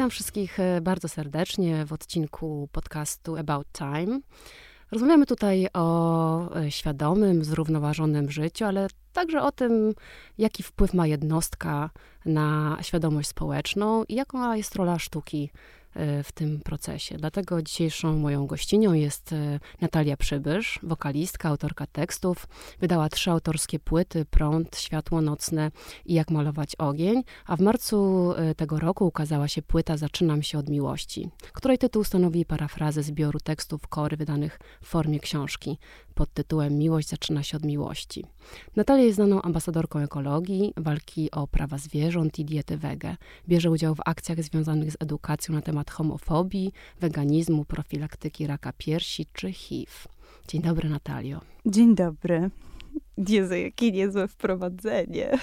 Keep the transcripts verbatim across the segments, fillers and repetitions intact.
Witam wszystkich bardzo serdecznie w odcinku podcastu About Time. Rozmawiamy tutaj o świadomym, zrównoważonym życiu, ale także o tym, jaki wpływ ma jednostka na świadomość społeczną i jaka jest rola sztuki w tym procesie. Dlatego dzisiejszą moją gościnią jest Natalia Przybysz, wokalistka, autorka tekstów. Wydała trzy autorskie płyty: Prąd, Światło nocne i Jak malować ogień. A w marcu tego roku ukazała się płyta Zaczynam się od miłości, której tytuł stanowi parafrazę zbioru tekstów Kory wydanych w formie książki pod tytułem Miłość zaczyna się od miłości. Natalia jest znaną ambasadorką ekologii, walki o prawa zwierząt i diety wege. Bierze udział w akcjach związanych z edukacją na temat homofobii, weganizmu, profilaktyki raka piersi czy H I V. Dzień dobry, Natalio. Dzień dobry. Jezu, jakie niezłe wprowadzenie.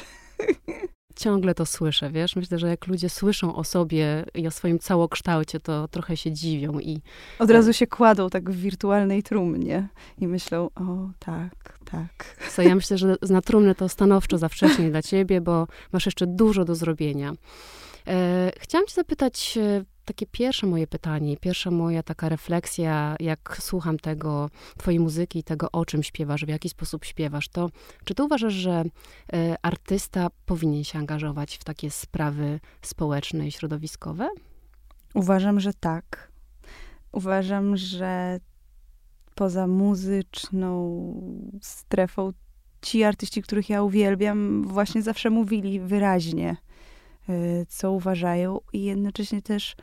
Ciągle to słyszę, wiesz? Myślę, że jak ludzie słyszą o sobie i o swoim całokształcie, to trochę się dziwią i... Od razu się kładą tak w wirtualnej trumnie i myślą, o tak, tak. Co, ja myślę, że na trumnę to stanowczo za wcześnie dla ciebie, bo masz jeszcze dużo do zrobienia. E, chciałam cię zapytać, takie pierwsze moje pytanie, pierwsza moja taka refleksja, jak słucham tego, twojej muzyki i tego, o czym śpiewasz, w jaki sposób śpiewasz, to czy ty uważasz, że e, artysta powinien się angażować w takie sprawy społeczne i środowiskowe? Uważam, że tak. Uważam, że poza muzyczną strefą ci artyści, których ja uwielbiam, właśnie zawsze mówili wyraźnie, co uważają, i jednocześnie też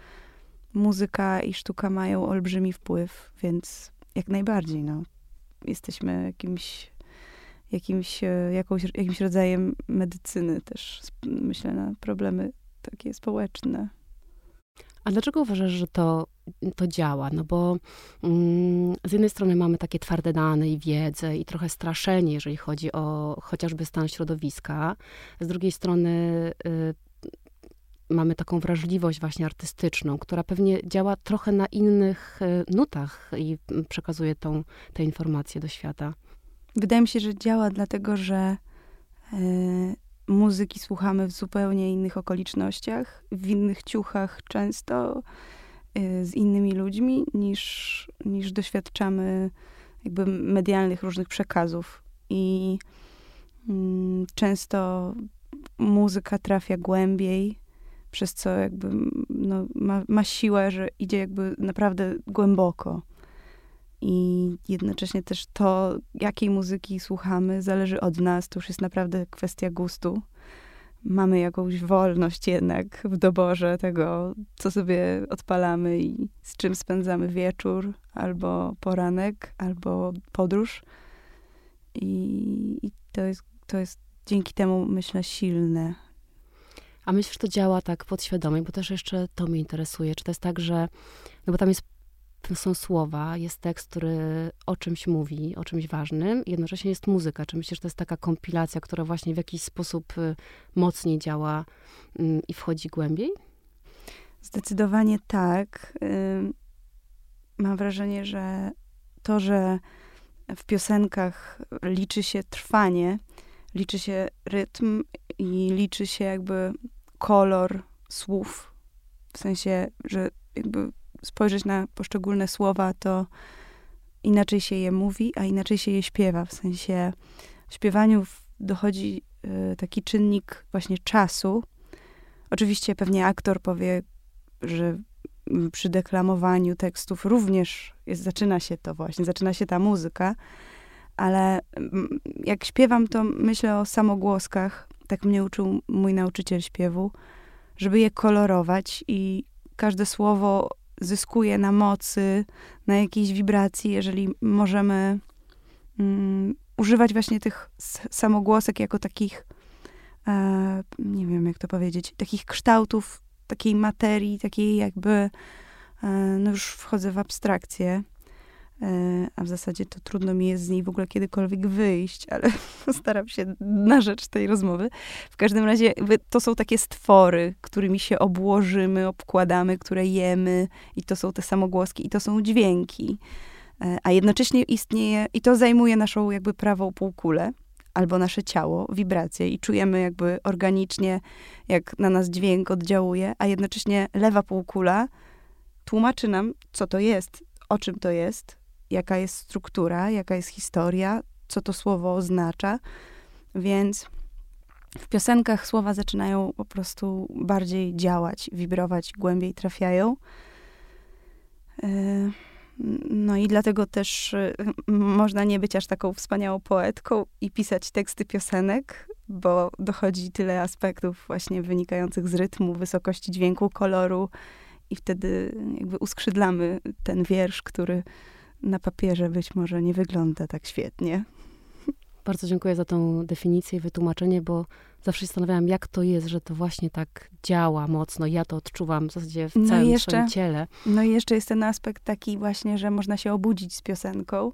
muzyka i sztuka mają olbrzymi wpływ, więc jak najbardziej, no. Jesteśmy jakimś, jakimś, jakąś, jakimś rodzajem medycyny też, myślę, na problemy takie społeczne. A dlaczego uważasz, że to, to działa? No bo mm, z jednej strony mamy takie twarde dane i wiedzę i trochę straszenie, jeżeli chodzi o chociażby stan środowiska. Z drugiej strony y, mamy taką wrażliwość właśnie artystyczną, która pewnie działa trochę na innych nutach i przekazuje tą, te informacje do świata. Wydaje mi się, że działa dlatego, że y, muzyki słuchamy w zupełnie innych okolicznościach, w innych ciuchach często, y, z innymi ludźmi, niż, niż doświadczamy jakby medialnych różnych przekazów. I y, często muzyka trafia głębiej, przez co jakby no, ma, ma siłę, że idzie jakby naprawdę głęboko. I jednocześnie też to, jakiej muzyki słuchamy, zależy od nas. To już jest naprawdę kwestia gustu. Mamy jakąś wolność jednak w doborze tego, co sobie odpalamy i z czym spędzamy wieczór, albo poranek, albo podróż. I, i to jest, to jest dzięki temu, myślę, silne. A myślisz, że to działa tak podświadomie, bo też jeszcze to mnie interesuje. Czy to jest tak, że, no bo tam jest, są słowa, jest tekst, który o czymś mówi, o czymś ważnym, i jednocześnie jest muzyka. Czy myślisz, że to jest taka kompilacja, która właśnie w jakiś sposób mocniej działa i wchodzi głębiej? Zdecydowanie tak. Mam wrażenie, że to, że w piosenkach liczy się trwanie, liczy się rytm i liczy się jakby kolor słów. W sensie, że jakby spojrzeć na poszczególne słowa, to inaczej się je mówi, a inaczej się je śpiewa. W sensie w śpiewaniu dochodzi y, taki czynnik właśnie czasu. Oczywiście pewnie aktor powie, że przy deklamowaniu tekstów również jest, zaczyna się to właśnie, zaczyna się ta muzyka, ale jak śpiewam, to myślę o samogłoskach. Tak mnie uczył mój nauczyciel śpiewu, żeby je kolorować, i każde słowo zyskuje na mocy, na jakiejś wibracji, jeżeli możemy um, używać właśnie tych samogłosek jako takich, e, nie wiem jak to powiedzieć, takich kształtów, takiej materii, takiej jakby, e, no już wchodzę w abstrakcję, a w zasadzie to trudno mi jest z niej w ogóle kiedykolwiek wyjść, ale postaram się na rzecz tej rozmowy. W każdym razie to są takie stwory, którymi się obłożymy, obkładamy, które jemy, i to są te samogłoski, i to są dźwięki. A jednocześnie istnieje, i to zajmuje naszą jakby prawą półkulę, albo nasze ciało, wibracje i czujemy jakby organicznie, jak na nas dźwięk oddziałuje, a jednocześnie lewa półkula tłumaczy nam, co to jest, o czym to jest, jaka jest struktura, jaka jest historia, co to słowo oznacza. Więc w piosenkach słowa zaczynają po prostu bardziej działać, wibrować, głębiej trafiają. No i dlatego też można nie być aż taką wspaniałą poetką i pisać teksty piosenek, bo dochodzi tyle aspektów właśnie wynikających z rytmu, wysokości dźwięku, koloru i wtedy jakby uskrzydlamy ten wiersz, który na papierze być może nie wygląda tak świetnie. Bardzo dziękuję za tą definicję i wytłumaczenie, bo zawsze się zastanawiałam, jak to jest, że to właśnie tak działa mocno. Ja to odczuwam w zasadzie w całym no jeszcze, swoim ciele. No i jeszcze jest ten aspekt taki właśnie, że można się obudzić z piosenką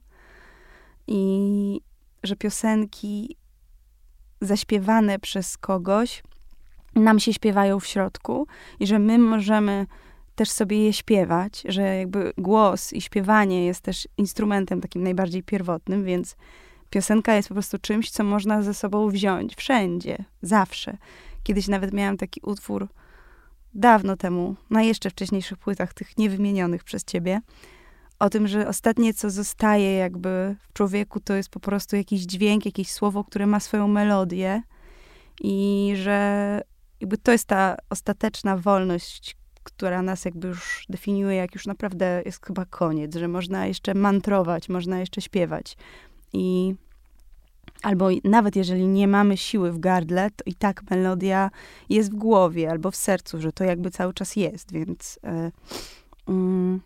i że piosenki zaśpiewane przez kogoś nam się śpiewają w środku i że my możemy też sobie je śpiewać, że jakby głos i śpiewanie jest też instrumentem takim najbardziej pierwotnym, więc piosenka jest po prostu czymś, co można ze sobą wziąć wszędzie, zawsze. Kiedyś nawet miałam taki utwór dawno temu, na jeszcze wcześniejszych płytach, tych niewymienionych przez ciebie, o tym, że ostatnie, co zostaje jakby w człowieku, to jest po prostu jakiś dźwięk, jakieś słowo, które ma swoją melodię i że jakby to jest ta ostateczna wolność, która nas jakby już definiuje, jak już naprawdę jest chyba koniec, że można jeszcze mantrować, można jeszcze śpiewać. I albo nawet jeżeli nie mamy siły w gardle, to i tak melodia jest w głowie albo w sercu, że to jakby cały czas jest, więc yy, yy.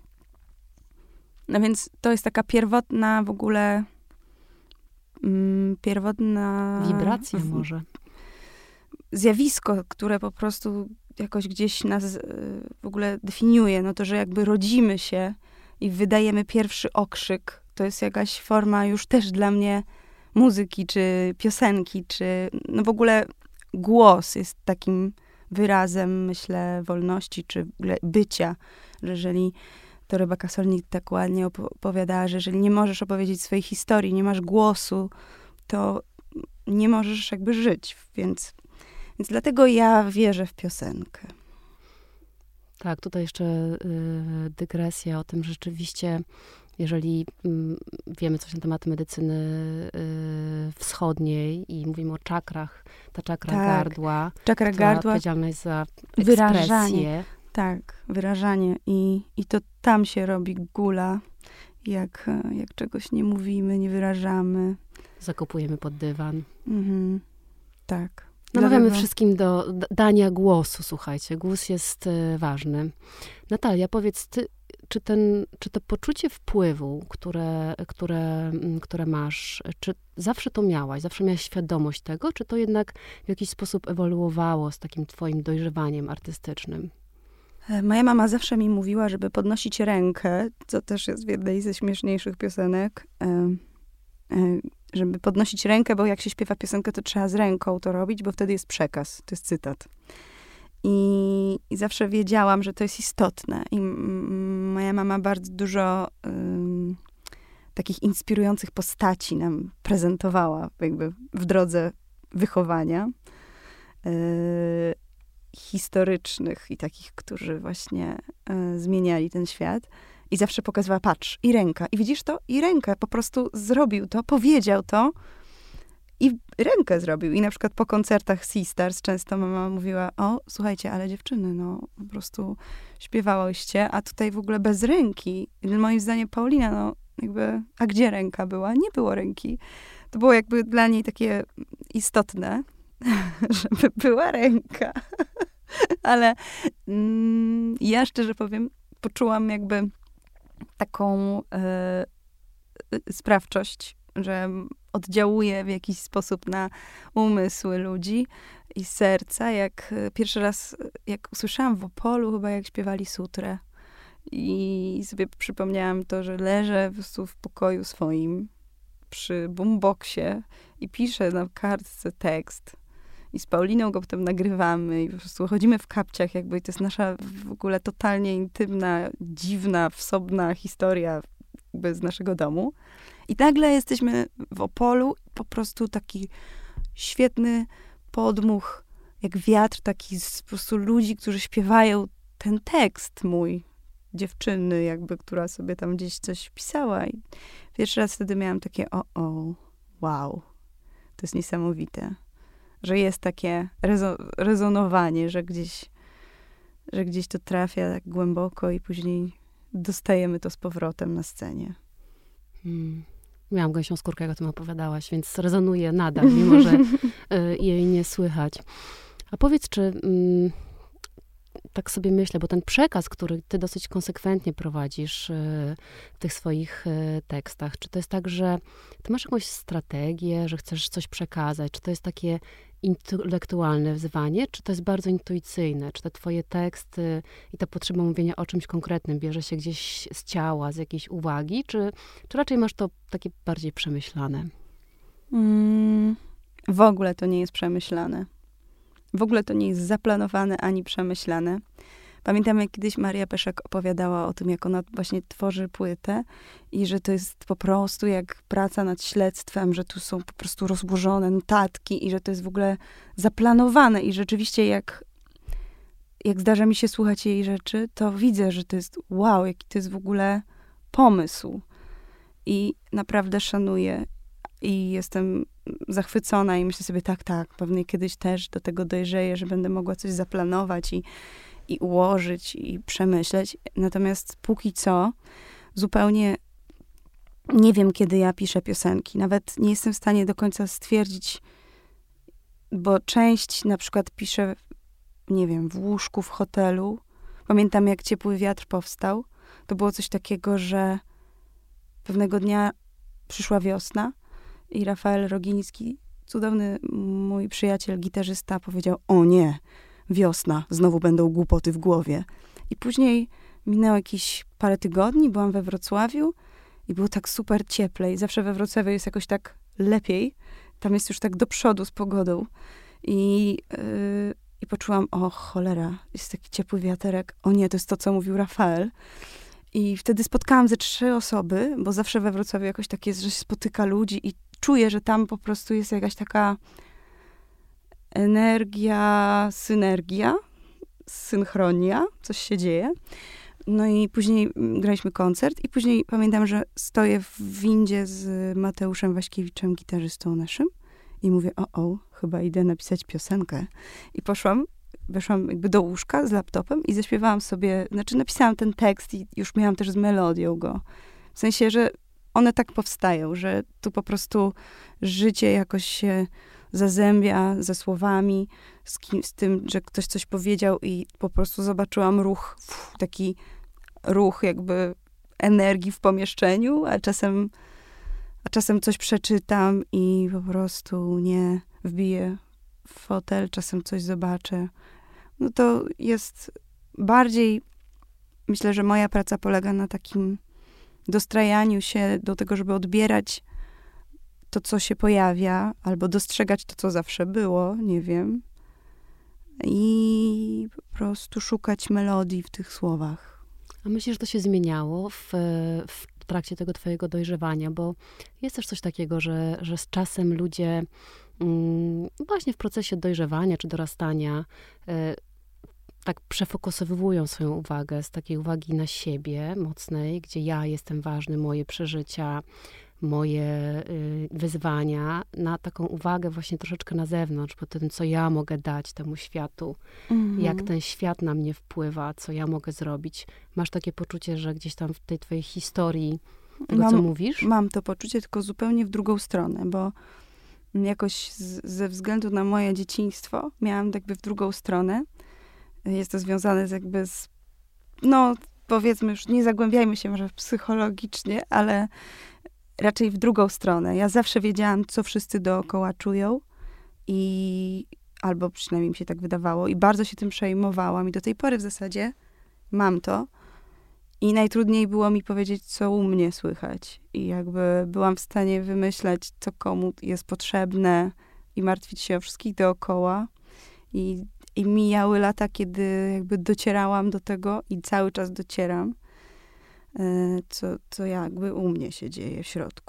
no więc to jest taka pierwotna w ogóle yy, pierwotna wibracja w, może. Zjawisko, które po prostu jakoś gdzieś nas yy, w ogóle definiuje, no to, że jakby rodzimy się i wydajemy pierwszy okrzyk, to jest jakaś forma już też dla mnie muzyki, czy piosenki, czy no w ogóle głos jest takim wyrazem, myślę, wolności, czy w ogóle bycia. Że jeżeli to Rebeka Solnit tak ładnie opowiadała, że jeżeli nie możesz opowiedzieć swojej historii, nie masz głosu, to nie możesz jakby żyć. Więc, więc dlatego ja wierzę w piosenkę. Tak, tutaj jeszcze y, dygresja o tym, że rzeczywiście jeżeli mm, wiemy coś na temat medycyny y, wschodniej i mówimy o czakrach, ta czakra tak. gardła, czakra która gardła, odpowiedzialna jest za wyrażanie. Tak, wyrażanie. I, i to tam się robi gula, jak, jak czegoś nie mówimy, nie wyrażamy. Zakopujemy pod dywan. Mhm. Tak. Namawiamy Dlatego... wszystkim do dania głosu, słuchajcie. Głos jest y, ważny. Natalia, powiedz, ty, czy, ten, czy to poczucie wpływu, które, które, które masz, czy zawsze to miałaś? Zawsze miałaś świadomość tego? Czy to jednak w jakiś sposób ewoluowało z takim twoim dojrzewaniem artystycznym? Moja mama zawsze mi mówiła, żeby podnosić rękę, co też jest w jednej ze śmieszniejszych piosenek, żeby podnosić rękę, bo jak się śpiewa piosenkę, to trzeba z ręką to robić, bo wtedy jest przekaz. To jest cytat. I, i zawsze wiedziałam, że to jest istotne. I m- moja mama bardzo dużo ym, takich inspirujących postaci nam prezentowała jakby w drodze wychowania. Yy, historycznych i takich, którzy właśnie y, zmieniali ten świat. I zawsze pokazywała, patrz, i ręka. I widzisz to? I rękę. Po prostu zrobił to, powiedział to i rękę zrobił. I na przykład po koncertach Seastars często mama mówiła, o, słuchajcie, ale dziewczyny, no po prostu śpiewałyście, a tutaj w ogóle bez ręki. I moim zdaniem Paulina, no jakby, a gdzie ręka była? Nie było ręki. To było jakby dla niej takie istotne, żeby była ręka. Ale mm, ja szczerze powiem, poczułam jakby taką y, y, sprawczość, że oddziałuje w jakiś sposób na umysły ludzi i serca. Jak pierwszy raz, jak usłyszałam w Opolu, chyba jak śpiewali Sutrę i sobie przypomniałam to, że leżę po prostu w pokoju swoim przy boomboxie i piszę na kartce tekst. I z Pauliną go potem nagrywamy i po prostu chodzimy w kapciach jakby i to jest nasza w ogóle totalnie intymna, dziwna, wsobna historia jakby z naszego domu. I nagle jesteśmy w Opolu, po prostu taki świetny podmuch, jak wiatr, taki z po prostu ludzi, którzy śpiewają ten tekst mój, dziewczyny jakby, która sobie tam gdzieś coś pisała. I pierwszy raz wtedy miałam takie o, o, wow, to jest niesamowite, że jest takie rezo- rezonowanie, że gdzieś, że gdzieś to trafia tak głęboko i później dostajemy to z powrotem na scenie. Hmm. Miałam gęsią skórkę, jak o tym opowiadałaś, więc rezonuje nadal, mimo że y, jej nie słychać. A powiedz, czy mm, tak sobie myślę, bo ten przekaz, który ty dosyć konsekwentnie prowadzisz y, w tych swoich y, tekstach, czy to jest tak, że ty masz jakąś strategię, że chcesz coś przekazać? Czy to jest takie intelektualne wzywanie, czy to jest bardzo intuicyjne? Czy te twoje teksty i ta potrzeba mówienia o czymś konkretnym bierze się gdzieś z ciała, z jakiejś uwagi, czy, czy raczej masz to takie bardziej przemyślane? Mm, w ogóle to nie jest przemyślane. W ogóle to nie jest zaplanowane ani przemyślane. Pamiętam, jak kiedyś Maria Peszek opowiadała o tym, jak ona właśnie tworzy płytę i że to jest po prostu jak praca nad śledztwem, że tu są po prostu rozłożone notatki i że to jest w ogóle zaplanowane. I rzeczywiście jak, jak zdarza mi się słuchać jej rzeczy, to widzę, że to jest wow, jaki to jest w ogóle pomysł. I naprawdę szanuję i jestem zachwycona i myślę sobie, tak, tak, pewnie kiedyś też do tego dojrzeję, że będę mogła coś zaplanować i i ułożyć, i przemyśleć. Natomiast póki co zupełnie nie wiem, kiedy ja piszę piosenki. Nawet nie jestem w stanie do końca stwierdzić, bo część na przykład piszę, nie wiem, w łóżku, w hotelu. Pamiętam, jak Ciepły wiatr powstał. To było coś takiego, że pewnego dnia przyszła wiosna i Rafael Rogiński, cudowny mój przyjaciel, gitarzysta, powiedział, o nie, wiosna, znowu będą głupoty w głowie. I później minęło jakieś parę tygodni, byłam we Wrocławiu i było tak super cieplej. Zawsze we Wrocławiu jest jakoś tak lepiej. Tam jest już tak do przodu z pogodą. I, yy, i poczułam, o cholera, jest taki ciepły wiaterek. O nie, to jest to, co mówił Rafael. I wtedy spotkałam ze trzy osoby, bo zawsze we Wrocławiu jakoś tak jest, że się spotyka ludzi i czuję, że tam po prostu jest jakaś taka energia, synergia, synchronia, coś się dzieje. No i później graliśmy koncert i później pamiętam, że stoję w windzie z Mateuszem Waśkiewiczem, gitarzystą naszym i mówię, o, o, chyba idę napisać piosenkę. I poszłam, weszłam jakby do łóżka z laptopem i zaśpiewałam sobie, znaczy napisałam ten tekst i już miałam też z melodią go. W sensie, że one tak powstają, że tu po prostu życie jakoś się zazębia ze słowami, z, kim, z tym, że ktoś coś powiedział i po prostu zobaczyłam ruch, uf, taki ruch jakby energii w pomieszczeniu, a czasem, a czasem coś przeczytam i po prostu nie wbiję w fotel, czasem coś zobaczę. No to jest bardziej, myślę, że moja praca polega na takim dostrajaniu się do tego, żeby odbierać to, co się pojawia, albo dostrzegać to, co zawsze było, nie wiem. I po prostu szukać melodii w tych słowach. A myślisz, że to się zmieniało w, w trakcie tego twojego dojrzewania? Bo jest też coś takiego, że, że z czasem ludzie mm, właśnie w procesie dojrzewania czy dorastania y, tak przefokusowują swoją uwagę z takiej uwagi na siebie mocnej, gdzie ja jestem ważny, moje przeżycia, moje y, wyzwania, na taką uwagę właśnie troszeczkę na zewnątrz, po tym, co ja mogę dać temu światu, mhm. jak ten świat na mnie wpływa, co ja mogę zrobić. Masz takie poczucie, że gdzieś tam w tej twojej historii tego, mam, co mówisz? Mam to poczucie, tylko zupełnie w drugą stronę, bo jakoś z, ze względu na moje dzieciństwo miałam jakby w drugą stronę. Jest to związane z jakby z, no powiedzmy już, nie zagłębiajmy się może psychologicznie, ale raczej w drugą stronę. Ja zawsze wiedziałam, co wszyscy dookoła czują i albo przynajmniej mi się tak wydawało i bardzo się tym przejmowałam i do tej pory w zasadzie mam to i najtrudniej było mi powiedzieć, co u mnie słychać i jakby byłam w stanie wymyśleć, co komu jest potrzebne i martwić się o wszystkich dookoła i, i mijały lata, kiedy jakby docierałam do tego i cały czas docieram, co, co jakby u mnie się dzieje w środku.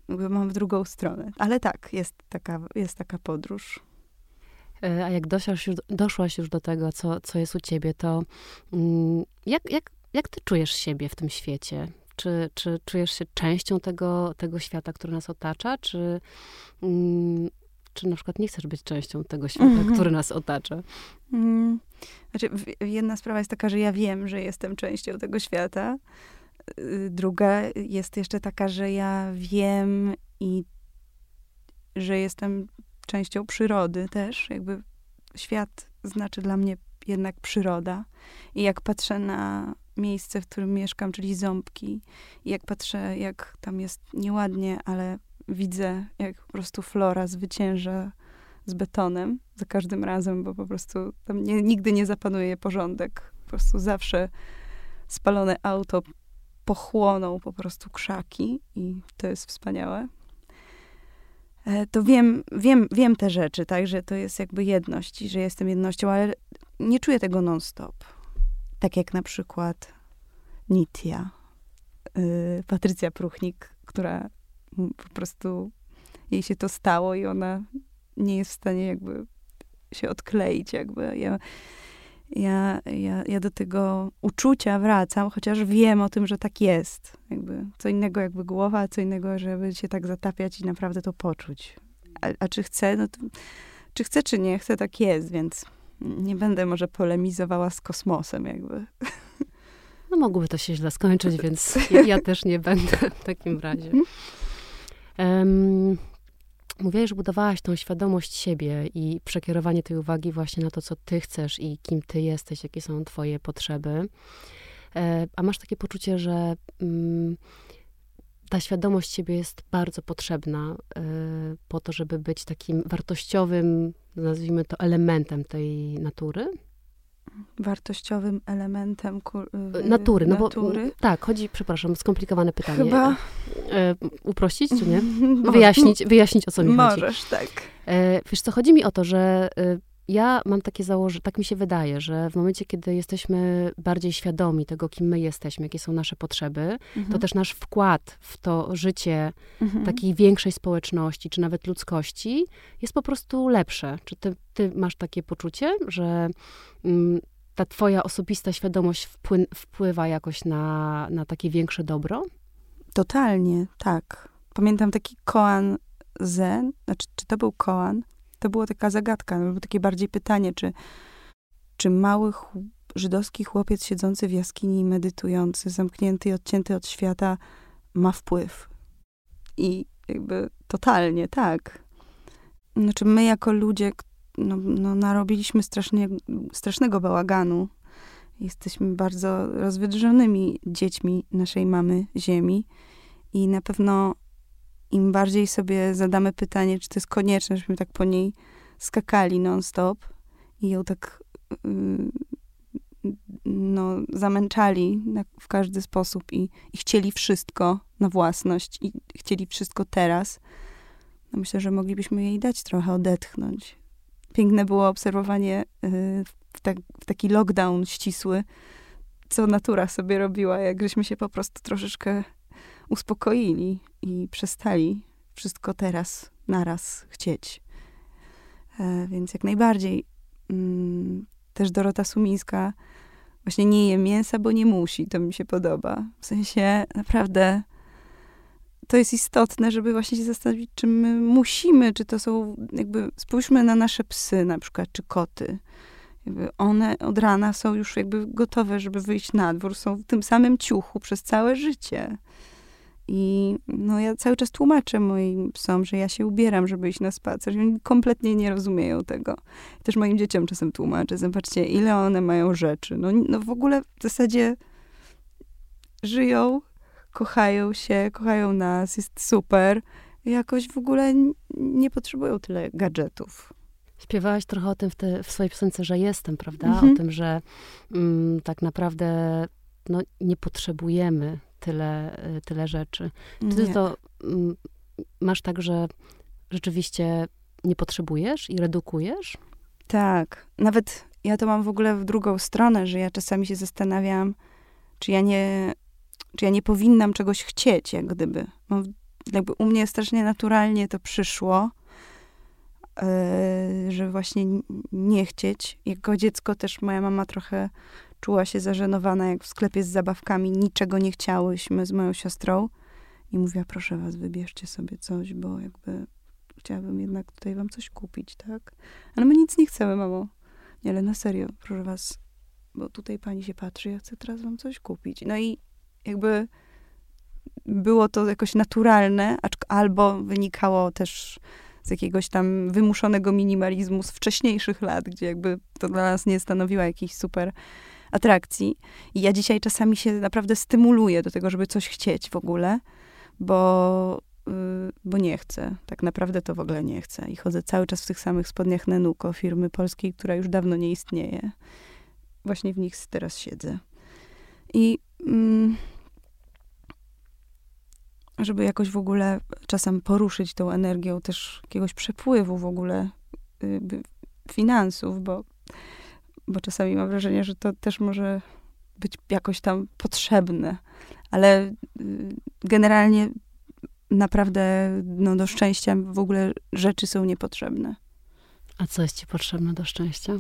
jakby mam w drugą stronę. Ale tak, jest taka, jest taka podróż. A jak doszłaś już, doszłaś już do tego, co, co jest u ciebie, to mm, jak, jak, jak ty czujesz siebie w tym świecie? Czy, czy czujesz się częścią tego, tego świata, który nas otacza? Czy, mm, czy na przykład nie chcesz być częścią tego świata, mm-hmm. który nas otacza? Mm. Znaczy, jedna sprawa jest taka, że ja wiem, że jestem częścią tego świata. Druga jest jeszcze taka, że ja wiem i że jestem częścią przyrody też. Jakby świat znaczy dla mnie jednak przyroda. I jak patrzę na miejsce, w którym mieszkam, czyli Ząbki, i jak patrzę, jak tam jest nieładnie, ale widzę, jak po prostu flora zwycięża z betonem za każdym razem, bo po prostu tam nie, nigdy nie zapanuje porządek. Po prostu zawsze spalone auto pochłoną po prostu krzaki i to jest wspaniałe. To wiem, wiem, wiem te rzeczy, tak, że to jest jakby jedność i że jestem jednością, ale nie czuję tego non-stop. Tak jak na przykład Nitya, yy, Patrycja Pruchnik, która po prostu jej się to stało i ona nie jest w stanie jakby się odkleić, jakby. Ja, ja, ja, ja do tego uczucia wracam, chociaż wiem o tym, że tak jest. Jakby co innego jakby głowa, a co innego, żeby się tak zatapiać i naprawdę to poczuć. A, a czy chcę? No to, czy chcę, czy nie chcę, tak jest, więc nie będę może polemizowała z kosmosem jakby. No mogłoby to się źle skończyć, więc ja, ja też nie będę w takim razie. Um, Mówiłaś, że budowałaś tą świadomość siebie i przekierowanie tej uwagi właśnie na to, co ty chcesz i kim ty jesteś, jakie są twoje potrzeby. E, a masz takie poczucie, że mm, ta świadomość siebie jest bardzo potrzebna e, po to, żeby być takim wartościowym, nazwijmy to, elementem tej natury? Wartościowym elementem kur- natury. No natury. Bo, tak, chodzi, przepraszam, skomplikowane pytanie. Chyba... E, uprościć, czy nie? Wyjaśnić, wyjaśnić o co mi Możesz, chodzi. Możesz, tak. E, wiesz co, chodzi mi o to, że e, ja mam takie założenie, tak mi się wydaje, że w momencie, kiedy jesteśmy bardziej świadomi tego, kim my jesteśmy, jakie są nasze potrzeby, mhm. to też nasz wkład w to życie mhm. takiej większej społeczności, czy nawet ludzkości, jest po prostu lepsze. Czy ty, ty masz takie poczucie, że mm, ta twoja osobista świadomość wpły, wpływa jakoś na, na takie większe dobro? Totalnie, tak. Pamiętam taki koan zen, znaczy, czy to był koan? To była taka zagadka, albo takie bardziej pytanie, czy, czy mały ch- żydowski chłopiec siedzący w jaskini i medytujący, zamknięty i odcięty od świata, ma wpływ. I jakby totalnie, tak. Znaczy my jako ludzie, no, no narobiliśmy strasznie, strasznego bałaganu. Jesteśmy bardzo rozwydrzonymi dziećmi naszej mamy Ziemi i na pewno im bardziej sobie zadamy pytanie, czy to jest konieczne, żebyśmy tak po niej skakali non-stop i ją tak yy, no, zamęczali na, w każdy sposób i, i chcieli wszystko na własność i chcieli wszystko teraz, no myślę, że moglibyśmy jej dać trochę odetchnąć. Piękne było obserwowanie yy, w, tak, w taki lockdown ścisły, co natura sobie robiła, jak żeśmy się po prostu troszeczkę uspokoili i przestali wszystko teraz, naraz chcieć. E, więc jak najbardziej mm, też Dorota Sumińska właśnie nie je mięsa, bo nie musi. To mi się podoba. W sensie naprawdę to jest istotne, żeby właśnie się zastanowić, czy my musimy, czy to są jakby, spójrzmy na nasze psy na przykład, czy koty. Jakby one od rana są już jakby gotowe, żeby wyjść na dwór. Są w tym samym ciuchu przez całe życie. I no ja cały czas tłumaczę moim psom, że ja się ubieram, żeby iść na spacer. Oni kompletnie nie rozumieją tego. Też moim dzieciom czasem tłumaczę. Zobaczcie, ile one mają rzeczy. No, no w ogóle w zasadzie żyją, kochają się, kochają nas, jest super. Jakoś w ogóle nie potrzebują tyle gadżetów. Śpiewałaś trochę o tym w, te, w swojej piosence, że jestem, prawda? Mhm. O tym, że mm, tak naprawdę no, nie potrzebujemy tyle, tyle rzeczy. Czy ty Nie. to mm, masz tak, że rzeczywiście nie potrzebujesz i redukujesz? Tak. Nawet ja to mam w ogóle w drugą stronę, że ja czasami się zastanawiam, czy ja nie, czy ja nie powinnam czegoś chcieć, jak gdyby. Mam jakby u mnie strasznie naturalnie to przyszło, yy, że właśnie nie chcieć. Jako dziecko też moja mama trochę czuła się zażenowana, jak w sklepie z zabawkami niczego nie chciałyśmy z moją siostrą. I mówiła, proszę was, wybierzcie sobie coś, bo jakby chciałabym jednak tutaj wam coś kupić, tak? Ale my nic nie chcemy, mamo. Nie, ale na serio, proszę was, bo tutaj pani się patrzy, ja chcę teraz wam coś kupić. No i jakby było to jakoś naturalne, albo wynikało też z jakiegoś tam wymuszonego minimalizmu z wcześniejszych lat, gdzie jakby to dla nas nie stanowiło jakiejś super atrakcji. I ja dzisiaj czasami się naprawdę stymuluję do tego, żeby coś chcieć w ogóle, bo, yy, bo nie chcę. Tak naprawdę to w ogóle nie chcę. I chodzę cały czas w tych samych spodniach Nenuco, firmy polskiej, która już dawno nie istnieje. Właśnie w nich teraz siedzę. I mm, żeby jakoś w ogóle czasem poruszyć tą energią też jakiegoś przepływu w ogóle yy, finansów, bo, bo czasami mam wrażenie, że to też może być jakoś tam potrzebne. Ale yy, generalnie naprawdę no, do szczęścia w ogóle rzeczy są niepotrzebne. A co jest ci potrzebne do szczęścia?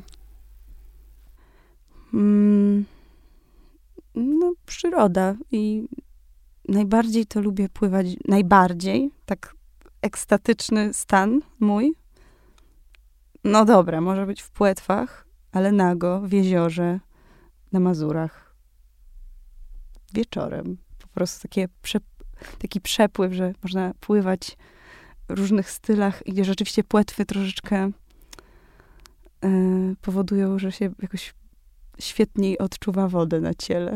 Mm, no, przyroda. I najbardziej to lubię pływać, najbardziej, tak ekstatyczny stan mój. No dobra, może być w Płetwach, ale nago, w jeziorze, na Mazurach. Wieczorem. Po prostu takie prze, taki przepływ, że można pływać w różnych stylach, gdzie rzeczywiście płetwy troszeczkę yy, powodują, że się jakoś świetniej odczuwa wodę na ciele.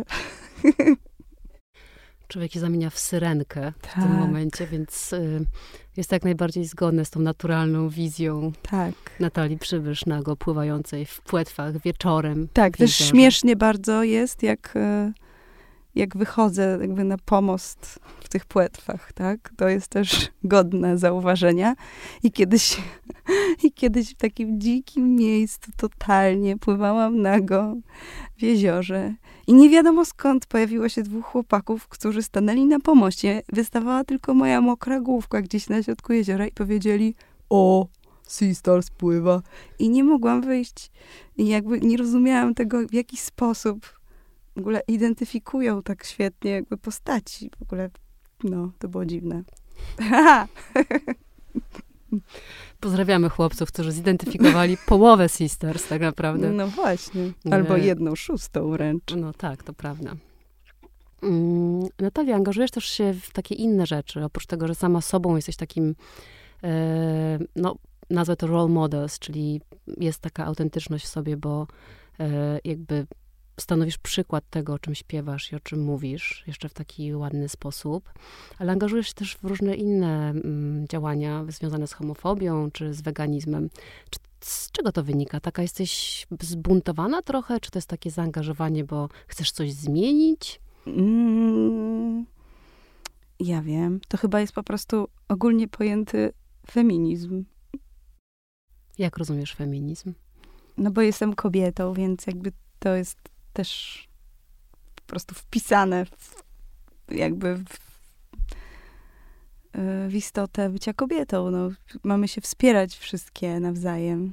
Człowiek się zamienia w syrenkę w Tak. tym momencie, więc y, jest jak najbardziej zgodne z tą naturalną wizją Tak. Natalii Przybysz nago pływającej w Płetwach wieczorem. Tak, w też jeziorze. śmiesznie bardzo jest, jak, y, jak wychodzę jakby na pomost w tych Płetwach, tak? To jest też godne zauważenia. I kiedyś, i kiedyś w takim dzikim miejscu totalnie pływałam nago w jeziorze. I nie wiadomo skąd pojawiło się dwóch chłopaków, którzy stanęli na pomoście. Wystawała tylko moja mokra główka gdzieś na środku jeziora i powiedzieli, o, Sea Stars pływa. I nie mogłam wyjść. I jakby nie rozumiałam tego, w jaki sposób w ogóle identyfikują tak świetnie jakby postaci. W ogóle, no, to było dziwne. Pozdrawiamy chłopców, którzy zidentyfikowali połowę Sisters tak naprawdę. No właśnie. Albo jedną szóstą wręcz. No tak, to prawda. Mm, Natalia, angażujesz też się w takie inne rzeczy. Oprócz tego, że sama sobą jesteś takim, e, no nazwę to role models, czyli jest taka autentyczność w sobie, bo e, jakby stanowisz przykład tego, o czym śpiewasz i o czym mówisz, jeszcze w taki ładny sposób, ale angażujesz się też w różne inne mm, działania związane z homofobią czy z weganizmem. Czy, z czego to wynika? Taka jesteś zbuntowana trochę? Czy to jest takie zaangażowanie, bo chcesz coś zmienić? Mm, ja wiem. To chyba jest po prostu ogólnie pojęty feminizm. Jak rozumiesz feminizm? No bo jestem kobietą, więc jakby to jest też po prostu wpisane w, jakby w, w istotę bycia kobietą. No, mamy się wspierać wszystkie nawzajem.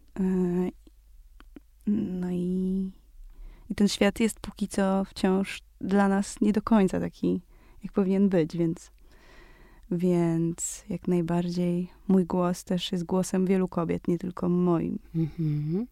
No i, i ten świat jest póki co wciąż dla nas nie do końca taki, jak powinien być, więc, więc jak najbardziej mój głos też jest głosem wielu kobiet, nie tylko moim. Mhm.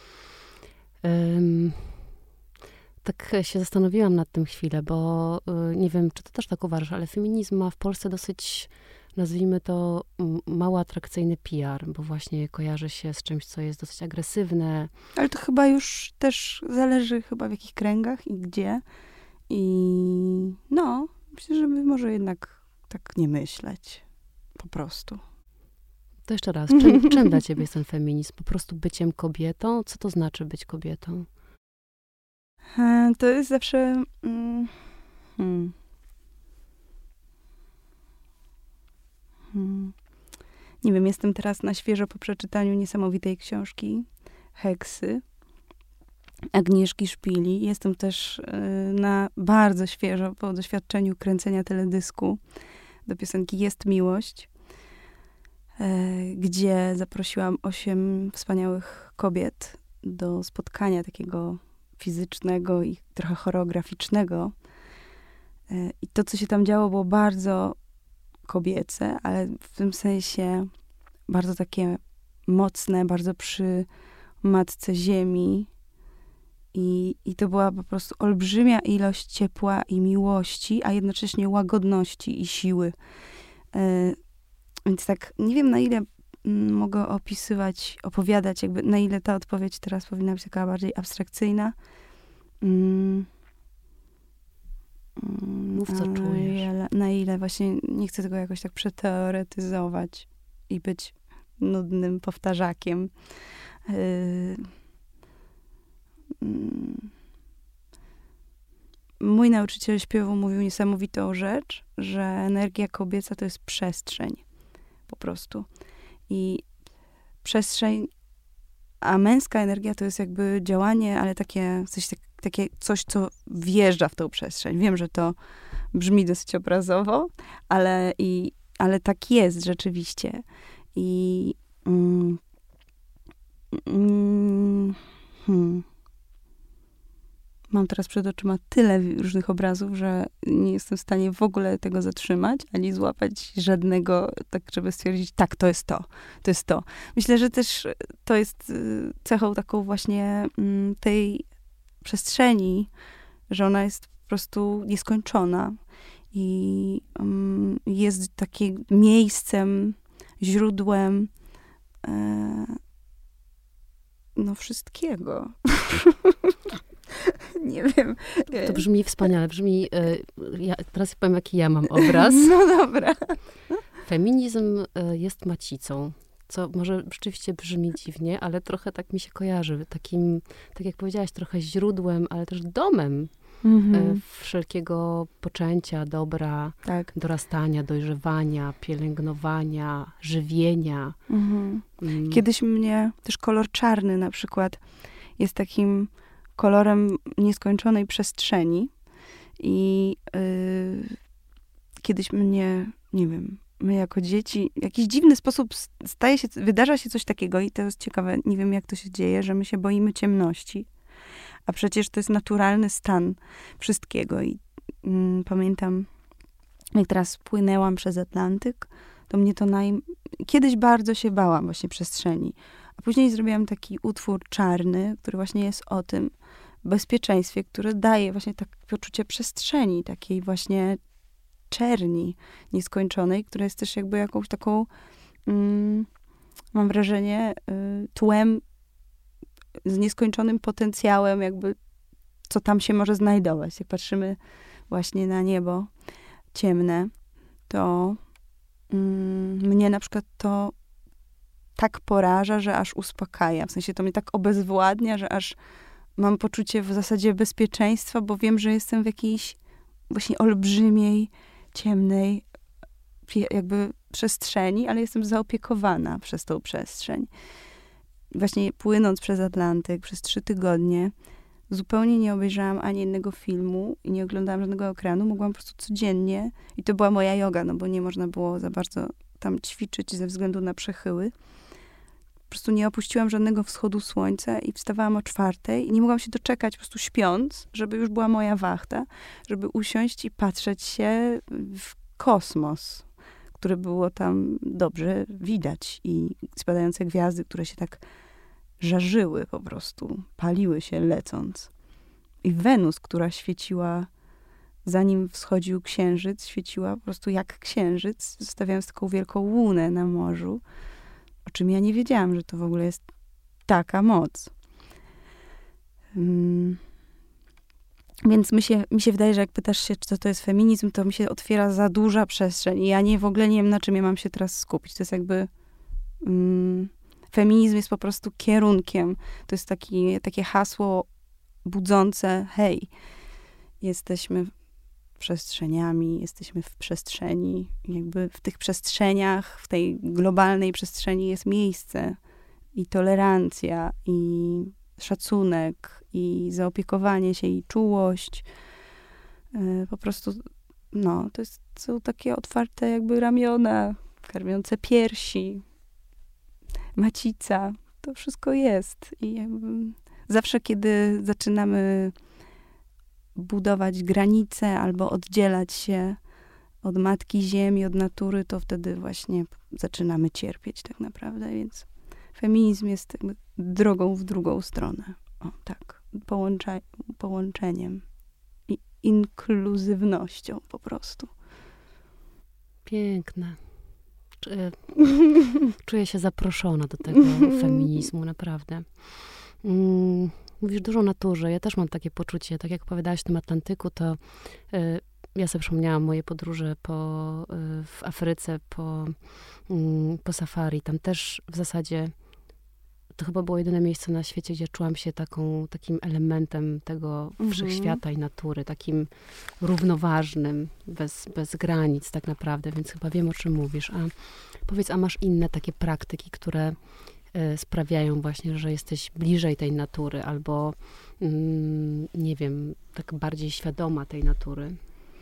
Um. Tak się zastanowiłam nad tym chwilę, bo y, nie wiem, czy to też tak uważasz, ale feminizm ma w Polsce dosyć, nazwijmy to, m, mało atrakcyjny P R, bo właśnie kojarzy się z czymś, co jest dosyć agresywne. Ale to chyba już też zależy chyba w jakich kręgach i gdzie. I no, myślę, że może jednak tak nie myśleć. Po prostu. To jeszcze raz, czym, czym dla ciebie jest ten feminizm? Po prostu byciem kobietą? Co to znaczy być kobietą? To jest zawsze... Mm, hmm. Hmm. Nie wiem, jestem teraz na świeżo po przeczytaniu niesamowitej książki Heksy Agnieszki Szpili. Jestem też y, na bardzo świeżo po doświadczeniu kręcenia teledysku do piosenki Jest miłość, gdzie zaprosiłam osiem wspaniałych kobiet do spotkania takiego fizycznego i trochę choreograficznego. I to, co się tam działo, było bardzo kobiece, ale w tym sensie bardzo takie mocne, bardzo przy matce ziemi. I, I to była po prostu olbrzymia ilość ciepła i miłości, a jednocześnie łagodności i siły. Yy, więc tak, nie wiem, na ile mm, mogę opisywać, opowiadać, jakby na ile ta odpowiedź teraz powinna być taka bardziej abstrakcyjna. Mm. Mów, co czujesz. Ile, na ile właśnie nie chcę tego jakoś tak przeteoretyzować i być nudnym powtarzakiem. Yy, mm. Mój nauczyciel śpiewu mówił niesamowitą rzecz, że energia kobieca to jest przestrzeń. Po prostu. I przestrzeń, a męska energia to jest jakby działanie, ale takie, coś, takie coś, co wjeżdża w tą przestrzeń. Wiem, że to brzmi dosyć obrazowo, ale, i, ale tak jest rzeczywiście. I mm, mm, hmm. Mam teraz przed oczyma tyle różnych obrazów, że nie jestem w stanie w ogóle tego zatrzymać, ani złapać żadnego, tak żeby stwierdzić, tak, to jest to, to jest to. Myślę, że też to jest cechą taką właśnie tej przestrzeni, że ona jest po prostu nieskończona i jest takim miejscem, źródłem no wszystkiego. Nie wiem. To brzmi wspaniale. Brzmi, ja, teraz powiem, jaki ja mam obraz. No dobra. Feminizm jest macicą, co może rzeczywiście brzmi dziwnie, ale trochę tak mi się kojarzy. Takim, tak jak powiedziałaś, trochę źródłem, ale też domem mhm. wszelkiego poczęcia, dobra, tak. dorastania, dojrzewania, pielęgnowania, żywienia. Mhm. Mm. Kiedyś mnie, też kolor czarny na przykład, jest takim kolorem nieskończonej przestrzeni i yy, kiedyś mnie, nie wiem, my jako dzieci, w jakiś dziwny sposób staje się, wydarza się coś takiego i to jest ciekawe, nie wiem jak to się dzieje, że my się boimy ciemności, a przecież to jest naturalny stan wszystkiego i yy, pamiętam, jak teraz płynęłam przez Atlantyk, to mnie to naj... Kiedyś bardzo się bałam właśnie przestrzeni, a później zrobiłam taki utwór czarny, który właśnie jest o tym bezpieczeństwie, które daje właśnie tak poczucie przestrzeni, takiej właśnie czerni nieskończonej, która jest też jakby jakąś taką, mm, mam wrażenie, y, tłem z nieskończonym potencjałem, jakby co tam się może znajdować. Jak patrzymy właśnie na niebo ciemne, to mm, mnie na przykład to tak poraża, że aż uspokaja. W sensie to mnie tak obezwładnia, że aż mam poczucie w zasadzie bezpieczeństwa, bo wiem, że jestem w jakiejś właśnie olbrzymiej, ciemnej jakby przestrzeni, ale jestem zaopiekowana przez tą przestrzeń. Właśnie płynąc przez Atlantyk przez trzy tygodnie, zupełnie nie obejrzałam ani jednego filmu i nie oglądałam żadnego ekranu. Mogłam po prostu codziennie, i to była moja joga, no bo nie można było za bardzo tam ćwiczyć ze względu na przechyły. Po prostu nie opuściłam żadnego wschodu słońca i wstawałam o czwartej i nie mogłam się doczekać, po prostu śpiąc, żeby już była moja wachta, żeby usiąść i patrzeć się w kosmos, który było tam dobrze widać i spadające gwiazdy, które się tak żarzyły po prostu, paliły się lecąc. I Wenus, która świeciła, zanim wschodził księżyc, świeciła po prostu jak księżyc, zostawiając taką wielką łunę na morzu, o czym ja nie wiedziałam, że to w ogóle jest taka moc. Hmm. Więc mi się, mi się wydaje, że jak pytasz się, co to jest feminizm, to mi się otwiera za duża przestrzeń i ja nie, w ogóle nie wiem, na czym ja mam się teraz skupić. To jest jakby... Hmm, feminizm jest po prostu kierunkiem. To jest taki, takie hasło budzące, hej, jesteśmy przestrzeniami, jesteśmy w przestrzeni. Jakby w tych przestrzeniach, w tej globalnej przestrzeni jest miejsce i tolerancja, i szacunek, i zaopiekowanie się, i czułość. Po prostu no, to jest, są takie otwarte jakby ramiona, karmiące piersi, macica. To wszystko jest. I jakby zawsze, kiedy zaczynamy budować granice albo oddzielać się od matki ziemi, od natury, to wtedy właśnie zaczynamy cierpieć tak naprawdę. Więc feminizm jest jakby drogą w drugą stronę. O, tak. Połącza, połączeniem i inkluzywnością po prostu. Piękne. Czuję się zaproszona do tego feminizmu, naprawdę. Mówisz dużo o naturze. Ja też mam takie poczucie, tak jak opowiadałaś w tym Atlantyku, to y, ja sobie przypomniałam moje podróże po, y, w Afryce, po, y, po safari. Tam też w zasadzie to chyba było jedyne miejsce na świecie, gdzie czułam się taką, takim elementem tego mhm. wszechświata i natury, takim równoważnym, bez, bez granic tak naprawdę, więc chyba wiem, o czym mówisz. A powiedz, a masz inne takie praktyki, które y, sprawiają właśnie, że jesteś bliżej tej natury, albo mm, nie wiem, tak bardziej świadoma tej natury?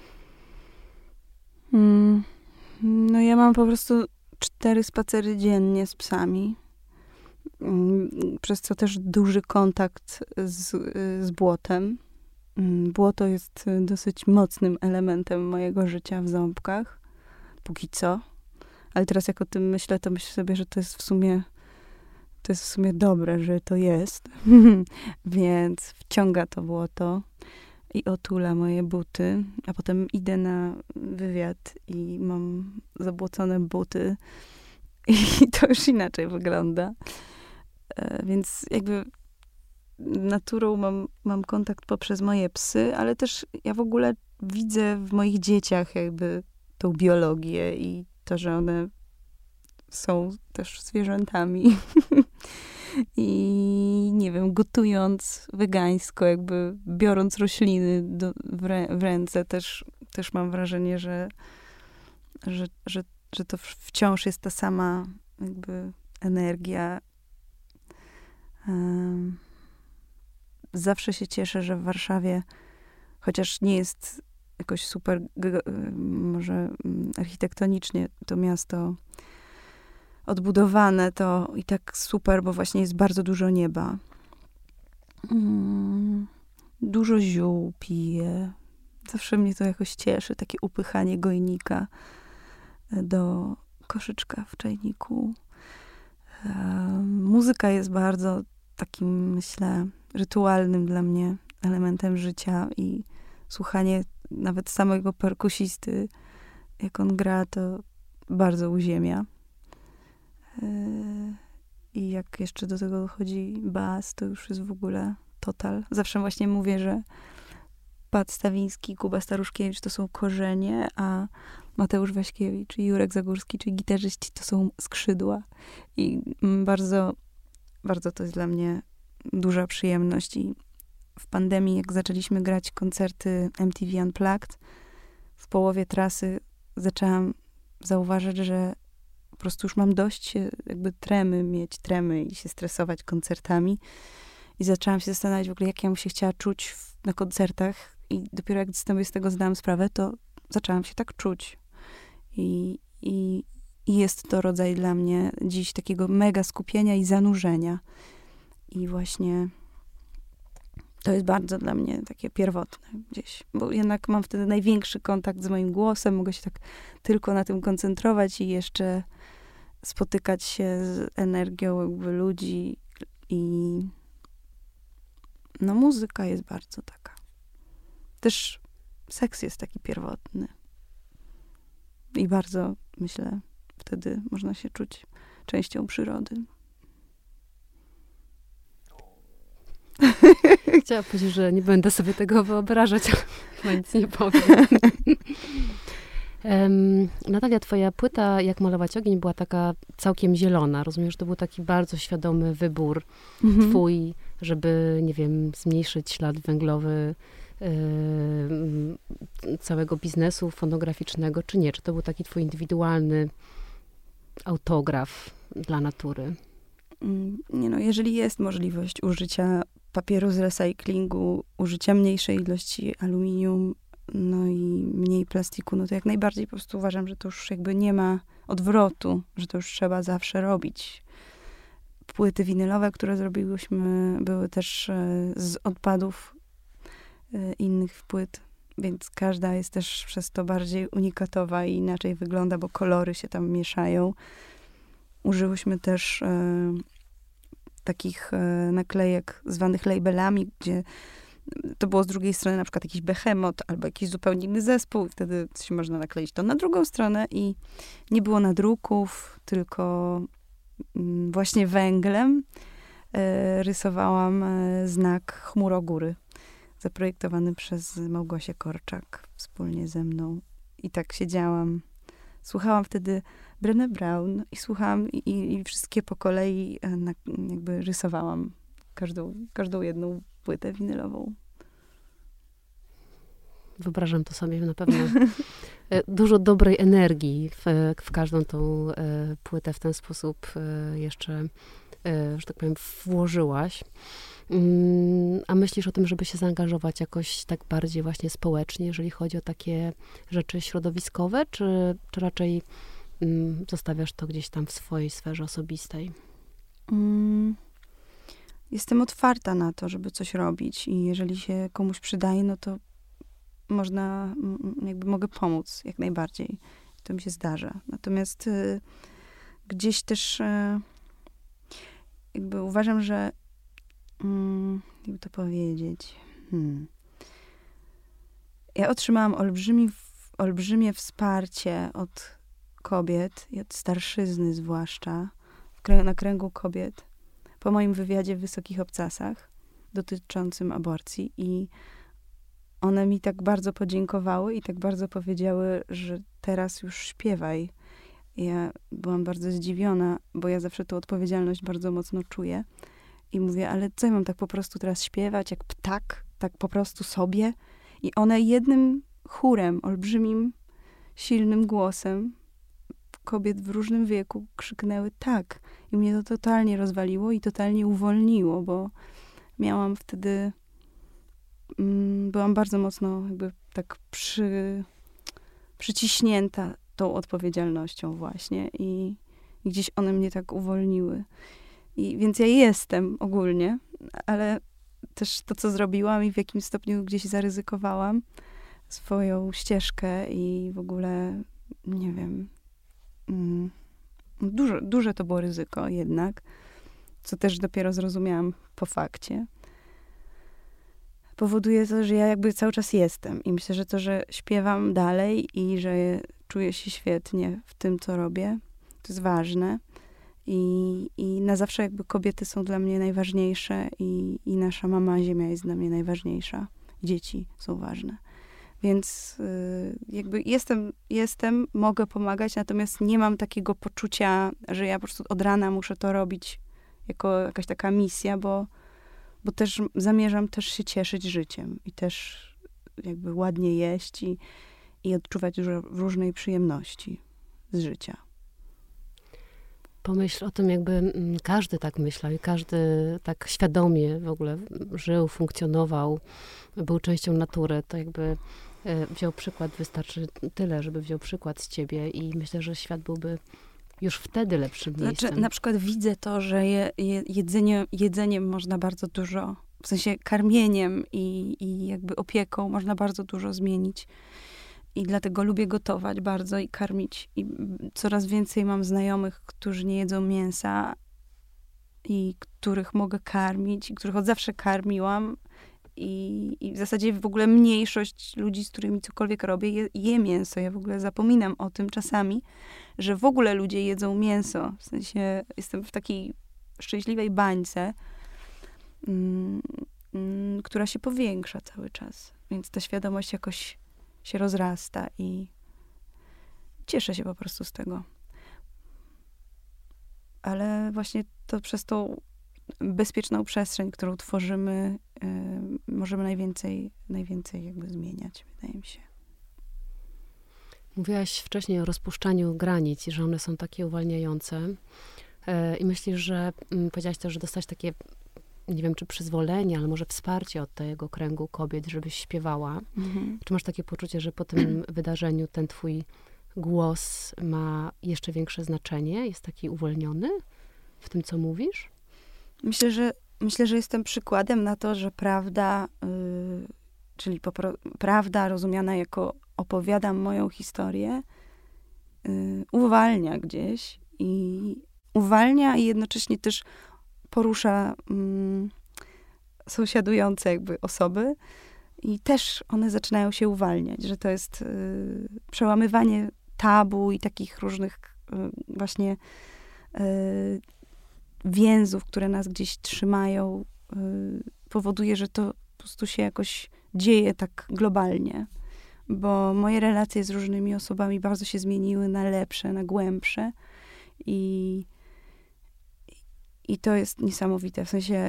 Mm, no ja mam po prostu cztery spacery dziennie z psami. Przez co też duży kontakt z, z błotem. Błoto jest dosyć mocnym elementem mojego życia w Ząbkach. Póki co. Ale teraz jak o tym myślę, to myślę sobie, że to jest w sumie to jest w sumie dobre, że to jest. Więc wciąga to błoto i otula moje buty. A potem idę na wywiad i mam zabłocone buty. I to już inaczej wygląda. Więc jakby naturą mam, mam kontakt poprzez moje psy, ale też ja w ogóle widzę w moich dzieciach jakby tą biologię i to, że one są też zwierzętami. I nie wiem, gotując wegańsko, jakby biorąc rośliny do, w, rę, w ręce, też, też mam wrażenie, że, że, że, że to wciąż jest ta sama jakby energia. Um, zawsze się cieszę, że w Warszawie, chociaż nie jest jakoś super, może architektonicznie to miasto odbudowane, to i tak super, bo właśnie jest bardzo dużo nieba. Um, dużo ziół piję. Zawsze mnie to jakoś cieszy, takie upychanie gojnika do koszyczka w czajniku. Um, muzyka jest bardzo takim, myślę, rytualnym dla mnie elementem życia i słuchanie nawet samego perkusisty, jak on gra, to bardzo uziemia. Yy, I jak jeszcze do tego dochodzi bas, to już jest w ogóle total. Zawsze właśnie mówię, że Pat Stawiński, Kuba Staruszkiewicz to są korzenie, a Mateusz Waśkiewicz i Jurek Zagórski, czyli gitarzyści, to są skrzydła. I bardzo, bardzo to jest dla mnie duża przyjemność. I w pandemii, jak zaczęliśmy grać koncerty M T V Unplugged, w połowie trasy zaczęłam zauważyć, że po prostu już mam dość się jakby tremy, mieć tremy i się stresować koncertami. I zaczęłam się zastanawiać w ogóle, jak ja bym się chciała czuć w, na koncertach. I dopiero jak sobie z tego zdałam sprawę, to zaczęłam się tak czuć. I, i, i jest to rodzaj dla mnie dziś takiego mega skupienia i zanurzenia. I właśnie to jest bardzo dla mnie takie pierwotne gdzieś. Bo jednak mam wtedy największy kontakt z moim głosem. Mogę się tak tylko na tym koncentrować i jeszcze spotykać się z energią jakby ludzi. I no muzyka jest bardzo taka. Też seks jest taki pierwotny. I bardzo, myślę, wtedy można się czuć częścią przyrody. Chciałam powiedzieć, że nie będę sobie tego wyobrażać, ale nic nie powiem. um, Natalia, twoja płyta Jak malować ogień była taka całkiem zielona. Rozumiem, że to był taki bardzo świadomy wybór mhm. twój, żeby, nie wiem, zmniejszyć ślad węglowy y, całego biznesu fonograficznego, czy nie? Czy to był taki twój indywidualny autograf dla natury? Nie no, jeżeli jest możliwość użycia papieru z recyklingu, użycia mniejszej ilości aluminium, no i mniej plastiku, no to jak najbardziej po prostu uważam, że to już jakby nie ma odwrotu, że to już trzeba zawsze robić. Płyty winylowe, które zrobiłyśmy, były też z odpadów innych płyt, więc każda jest też przez to bardziej unikatowa i inaczej wygląda, bo kolory się tam mieszają. Użyłyśmy też e, takich e, naklejek zwanych labelami, gdzie to było z drugiej strony na przykład jakiś Behemoth albo jakiś zupełnie inny zespół i wtedy się można nakleić to na drugą stronę i nie było nadruków, tylko mm, właśnie węglem e, rysowałam e, znak Chmurogóry, zaprojektowany przez Małgosię Korczak wspólnie ze mną. I tak siedziałam. Słuchałam wtedy Brené Brown i słuchałam i, i, i wszystkie po kolei na, jakby rysowałam każdą, każdą jedną płytę winylową. Wyobrażam to sobie na pewno. Dużo dobrej energii w, w każdą tą e, płytę w ten sposób e, jeszcze, e, że tak powiem, włożyłaś. A myślisz o tym, żeby się zaangażować jakoś tak bardziej właśnie społecznie, jeżeli chodzi o takie rzeczy środowiskowe, czy, czy raczej mm, zostawiasz to gdzieś tam w swojej sferze osobistej? Mm, jestem otwarta na to, żeby coś robić i jeżeli się komuś przydaje, no to można, jakby mogę pomóc jak najbardziej. To mi się zdarza. Natomiast y, gdzieś też y, jakby uważam, że Hmm, jakby to powiedzieć. Hmm. Ja otrzymałam olbrzymi, olbrzymie wsparcie od kobiet i od starszyzny zwłaszcza, w krę- na kręgu kobiet, po moim wywiadzie w Wysokich Obcasach dotyczącym aborcji i one mi tak bardzo podziękowały i tak bardzo powiedziały, że teraz już śpiewaj. Ja byłam bardzo zdziwiona, bo ja zawsze tą odpowiedzialność bardzo mocno czuję. I mówię, ale co ja mam tak po prostu teraz śpiewać, jak ptak, tak po prostu sobie? I one jednym chórem, olbrzymim, silnym głosem kobiet w różnym wieku krzyknęły tak. I mnie to totalnie rozwaliło i totalnie uwolniło, bo miałam wtedy, mm, byłam bardzo mocno jakby tak przy, przyciśnięta tą odpowiedzialnością właśnie i, i gdzieś one mnie tak uwolniły. I, więc ja jestem ogólnie, ale też to, co zrobiłam i w jakim stopniu gdzieś zaryzykowałam swoją ścieżkę i w ogóle, nie wiem, mm, duże, duże to było ryzyko jednak, co też dopiero zrozumiałam po fakcie. Powoduje to, że ja jakby cały czas jestem i myślę, że to, że śpiewam dalej i że czuję się świetnie w tym, co robię, to jest ważne. I, I na zawsze jakby kobiety są dla mnie najważniejsze i, i nasza mama ziemia jest dla mnie najważniejsza. Dzieci są ważne. Więc y, jakby jestem, jestem, mogę pomagać, natomiast nie mam takiego poczucia, że ja po prostu od rana muszę to robić jako jakaś taka misja, bo, bo też zamierzam też się cieszyć życiem i też jakby ładnie jeść i, i odczuwać dużo różnej przyjemności z życia. Pomyśl o tym, jakby każdy tak myślał i każdy tak świadomie w ogóle żył, funkcjonował, był częścią natury, to jakby wziął przykład, wystarczy tyle, żeby wziął przykład z ciebie i myślę, że świat byłby już wtedy lepszym miejscem. Znaczy, na przykład widzę to, że je, je, jedzenie, jedzeniem można bardzo dużo, w sensie karmieniem i, i jakby opieką można bardzo dużo zmienić. I dlatego lubię gotować bardzo i karmić. I coraz więcej mam znajomych, którzy nie jedzą mięsa i których mogę karmić, i których od zawsze karmiłam. I, i w zasadzie w ogóle mniejszość ludzi, z którymi cokolwiek robię, je, je mięso. Ja w ogóle zapominam o tym czasami, że w ogóle ludzie jedzą mięso. W sensie jestem w takiej szczęśliwej bańce, mm, mm, która się powiększa cały czas. Więc ta świadomość jakoś się rozrasta i cieszę się po prostu z tego. Ale właśnie to przez tą bezpieczną przestrzeń, którą tworzymy, yy, możemy najwięcej, najwięcej jakby zmieniać, wydaje mi się. Mówiłaś wcześniej o rozpuszczaniu granic i że one są takie uwalniające. Yy, I myślisz, że yy, powiedziałaś też, że dostałaś takie nie wiem, czy przyzwolenie, ale może wsparcie od tego kręgu kobiet, żebyś śpiewała. Mhm. Czy masz takie poczucie, że po tym wydarzeniu ten twój głos ma jeszcze większe znaczenie? Jest taki uwolniony w tym, co mówisz? Myślę, że, myślę, że jestem przykładem na to, że prawda, yy, czyli popro, prawda rozumiana jako opowiadam moją historię, yy, uwalnia gdzieś i uwalnia i jednocześnie też porusza yy, sąsiadujące jakby osoby i też one zaczynają się uwalniać, że to jest yy, przełamywanie tabu i takich różnych yy, właśnie yy, więzów, które nas gdzieś trzymają, yy, powoduje, że to po prostu się jakoś dzieje tak globalnie. Bo moje relacje z różnymi osobami bardzo się zmieniły na lepsze, na głębsze i, i to jest niesamowite. W sensie,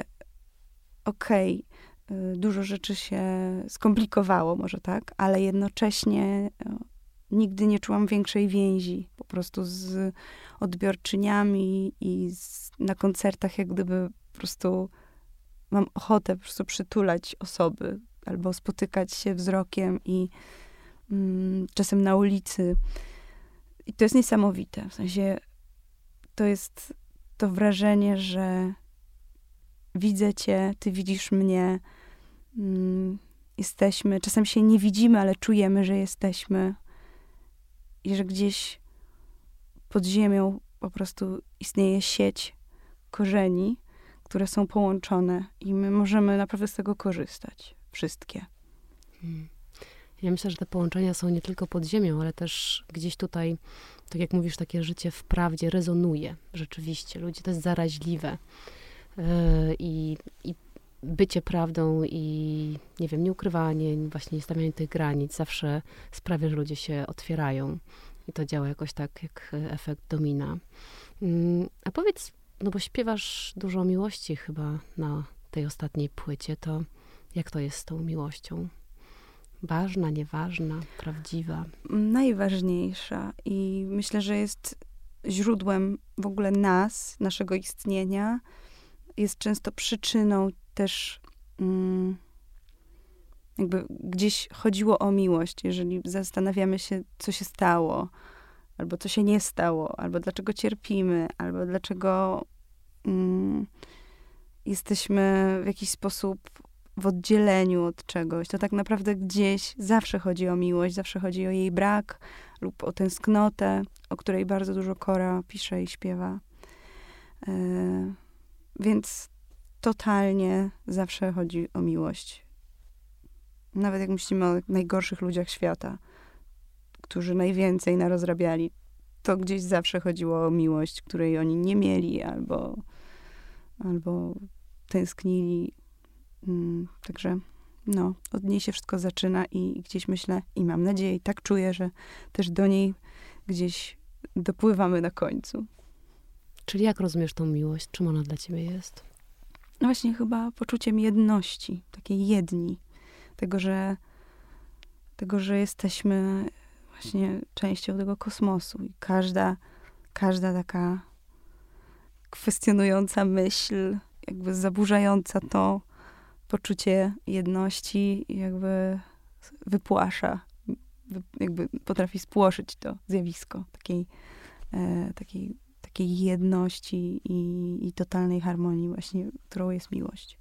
okej, okay, dużo rzeczy się skomplikowało, może tak, ale jednocześnie nigdy nie czułam większej więzi po prostu z odbiorczyniami i z, na koncertach jak gdyby po prostu mam ochotę po prostu przytulać osoby albo spotykać się wzrokiem i mm, czasem na ulicy. I to jest niesamowite. W sensie to jest to wrażenie, że widzę cię, ty widzisz mnie, mm, jesteśmy, czasem się nie widzimy, ale czujemy, że jesteśmy. I że gdzieś pod ziemią po prostu istnieje sieć korzeni, które są połączone i my możemy naprawdę z tego korzystać. Wszystkie. Hmm. Ja myślę, że te połączenia są nie tylko pod ziemią, ale też gdzieś tutaj, tak jak mówisz, takie życie w prawdzie rezonuje. Rzeczywiście. Ludzie, to jest zaraźliwe. Yy, i, i bycie prawdą i, nie wiem, nieukrywanie, właśnie nie stawianie tych granic zawsze sprawia, że ludzie się otwierają. I to działa jakoś tak, jak efekt domina. A powiedz, no bo śpiewasz dużo o miłości chyba na tej ostatniej płycie, to jak to jest z tą miłością? Ważna, nieważna, prawdziwa? Najważniejsza i myślę, że jest źródłem w ogóle nas, naszego istnienia. Jest często przyczyną też mm, jakby gdzieś chodziło o miłość, jeżeli zastanawiamy się, co się stało, albo co się nie stało, albo dlaczego cierpimy, albo dlaczego mm, jesteśmy w jakiś sposób w oddzieleniu od czegoś, to tak naprawdę gdzieś zawsze chodzi o miłość, zawsze chodzi o jej brak lub o tęsknotę, o której bardzo dużo Kora pisze i śpiewa. Yy, więc totalnie zawsze chodzi o miłość. Nawet jak myślimy o najgorszych ludziach świata, którzy najwięcej narozrabiali, to gdzieś zawsze chodziło o miłość, której oni nie mieli albo, albo tęsknili. Mm, także no, od niej się wszystko zaczyna i, i gdzieś myślę i mam nadzieję, i tak czuję, że też do niej gdzieś dopływamy na końcu. Czyli jak rozumiesz tą miłość? Czym ona dla ciebie jest? No właśnie chyba poczuciem jedności, takiej jedni. Tego, że tego, że jesteśmy właśnie częścią tego kosmosu i każda, każda taka kwestionująca myśl, jakby zaburzająca to poczucie jedności, jakby wypłasza, jakby potrafi spłoszyć to zjawisko takiej, e, takiej, takiej jedności i, i totalnej harmonii właśnie, którą jest miłość.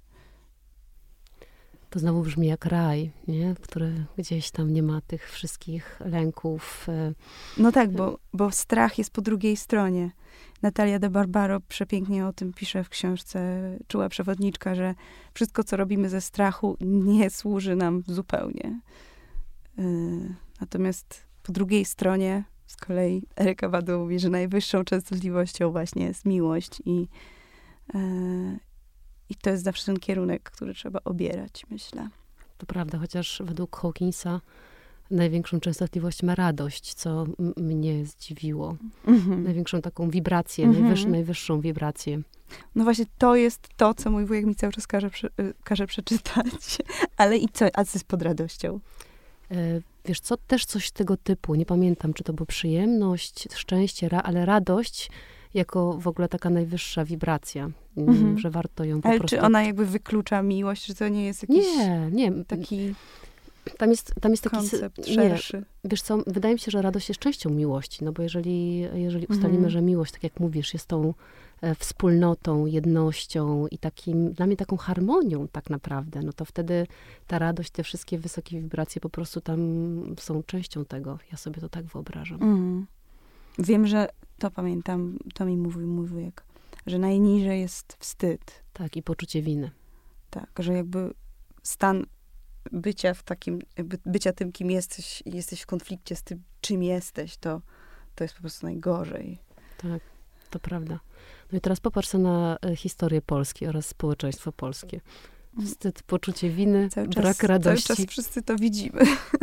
To znowu brzmi jak raj, nie? Który gdzieś tam nie ma tych wszystkich lęków. No tak, bo, bo strach jest po drugiej stronie. Natalia de Barbaro przepięknie o tym pisze w książce Czuła przewodniczka, że wszystko, co robimy ze strachu, nie służy nam zupełnie. Yy, natomiast po drugiej stronie z kolei Eryka Badu mówi, że najwyższą częstotliwością właśnie jest miłość i yy, I to jest zawsze ten kierunek, który trzeba obierać, myślę. To prawda, chociaż według Hawkinsa największą częstotliwość ma radość, co m- mnie zdziwiło. Mm-hmm. Największą taką wibrację, mm-hmm. najwyż- najwyższą wibrację. No właśnie, to jest to, co mój wujek mi cały czas każe, prze- każe przeczytać. Ale i co? A co jest pod radością? E, wiesz co, też coś tego typu. Nie pamiętam, czy to była przyjemność, szczęście, ra- ale radość jako w ogóle taka najwyższa wibracja, Mhm. że warto ją po Ale prostu... czy ona jakby wyklucza miłość, że to nie jest jakiś Nie, nie. taki Tam jest, tam jest taki... koncept nie, szerszy? wiesz co, wydaje mi się, że radość jest częścią miłości, no bo jeżeli, jeżeli ustalimy, Mhm. że miłość, tak jak mówisz, jest tą e, wspólnotą, jednością i takim, dla mnie taką harmonią tak naprawdę, no to wtedy ta radość, te wszystkie wysokie wibracje po prostu tam są częścią tego. Ja sobie to tak wyobrażam. Mhm. Wiem, że to pamiętam, to mi mówił mój wujek, że najniżej jest wstyd. Tak, i poczucie winy. Tak, że jakby stan bycia w takim, jakby bycia tym, kim jesteś i jesteś w konflikcie z tym, czym jesteś, to, to jest po prostu najgorzej. Tak, to prawda. No i teraz popatrz sobie na e, historię Polski oraz społeczeństwo polskie. Wstyd, poczucie winy, Cały czas, brak radości. Cały czas wszyscy to widzimy.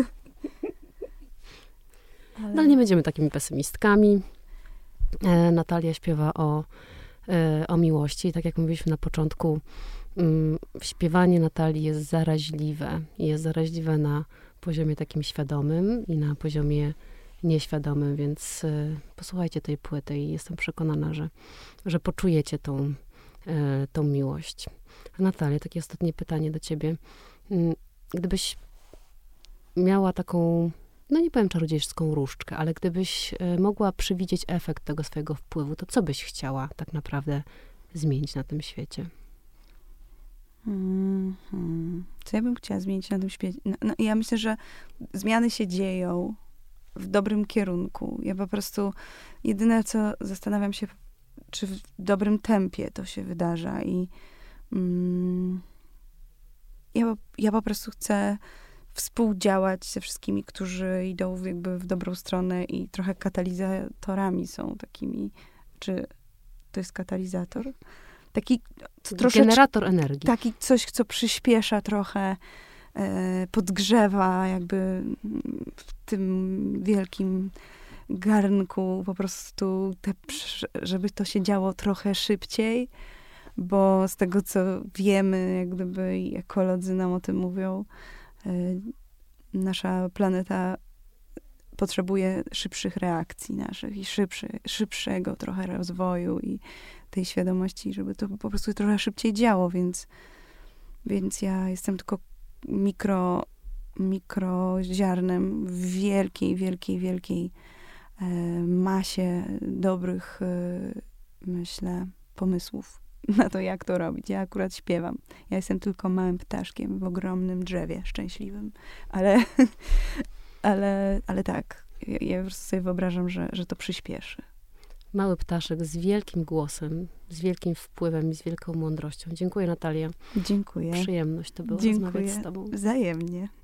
Ale... No ale nie będziemy takimi pesymistkami. E, Natalia śpiewa o, e, o miłości. I tak jak mówiliśmy na początku, mm, śpiewanie Natalii jest zaraźliwe. I jest zaraźliwe na poziomie takim świadomym i na poziomie nieświadomym, więc e, posłuchajcie tej płyty i jestem przekonana, że, że poczujecie tą, e, tą miłość. Natalia, takie ostatnie pytanie do ciebie. Mm, Gdybyś miała taką, no nie powiem czarodziejską różdżkę, ale gdybyś e, mogła przewidzieć efekt tego swojego wpływu, to co byś chciała tak naprawdę zmienić na tym świecie? Mhm. Co ja bym chciała zmienić na tym świecie? No, no, ja myślę, że zmiany się dzieją w dobrym kierunku. Ja po prostu, jedyne co zastanawiam się, czy w dobrym tempie to się wydarza i mm, ja, ja po prostu chcę współdziałać ze wszystkimi, którzy idą jakby w dobrą stronę i trochę katalizatorami są takimi, czy to jest katalizator? Taki troszeczkę... Generator energii. Taki coś, co przyspiesza trochę, e, podgrzewa jakby w tym wielkim garnku po prostu, te, żeby to się działo trochę szybciej, bo z tego, co wiemy, jak gdyby i ekolodzy nam o tym mówią, e, nasza planeta potrzebuje szybszych reakcji naszych i szybszy, szybszego trochę rozwoju i tej świadomości, żeby to po prostu trochę szybciej działo, więc, więc ja jestem tylko mikro, mikroziarnem w wielkiej, wielkiej, wielkiej e, masie dobrych, e, myślę, pomysłów na to, jak to robić. Ja akurat śpiewam. Ja jestem tylko małym ptaszkiem w ogromnym drzewie szczęśliwym, ale, ale, ale tak, ja, ja po prostu sobie wyobrażam, że, że to przyspieszy. Mały ptaszek z wielkim głosem, z wielkim wpływem i z wielką mądrością. Dziękuję, Natalia. Dziękuję. Przyjemność to było Dziękuję. rozmawiać z tobą. Wzajemnie.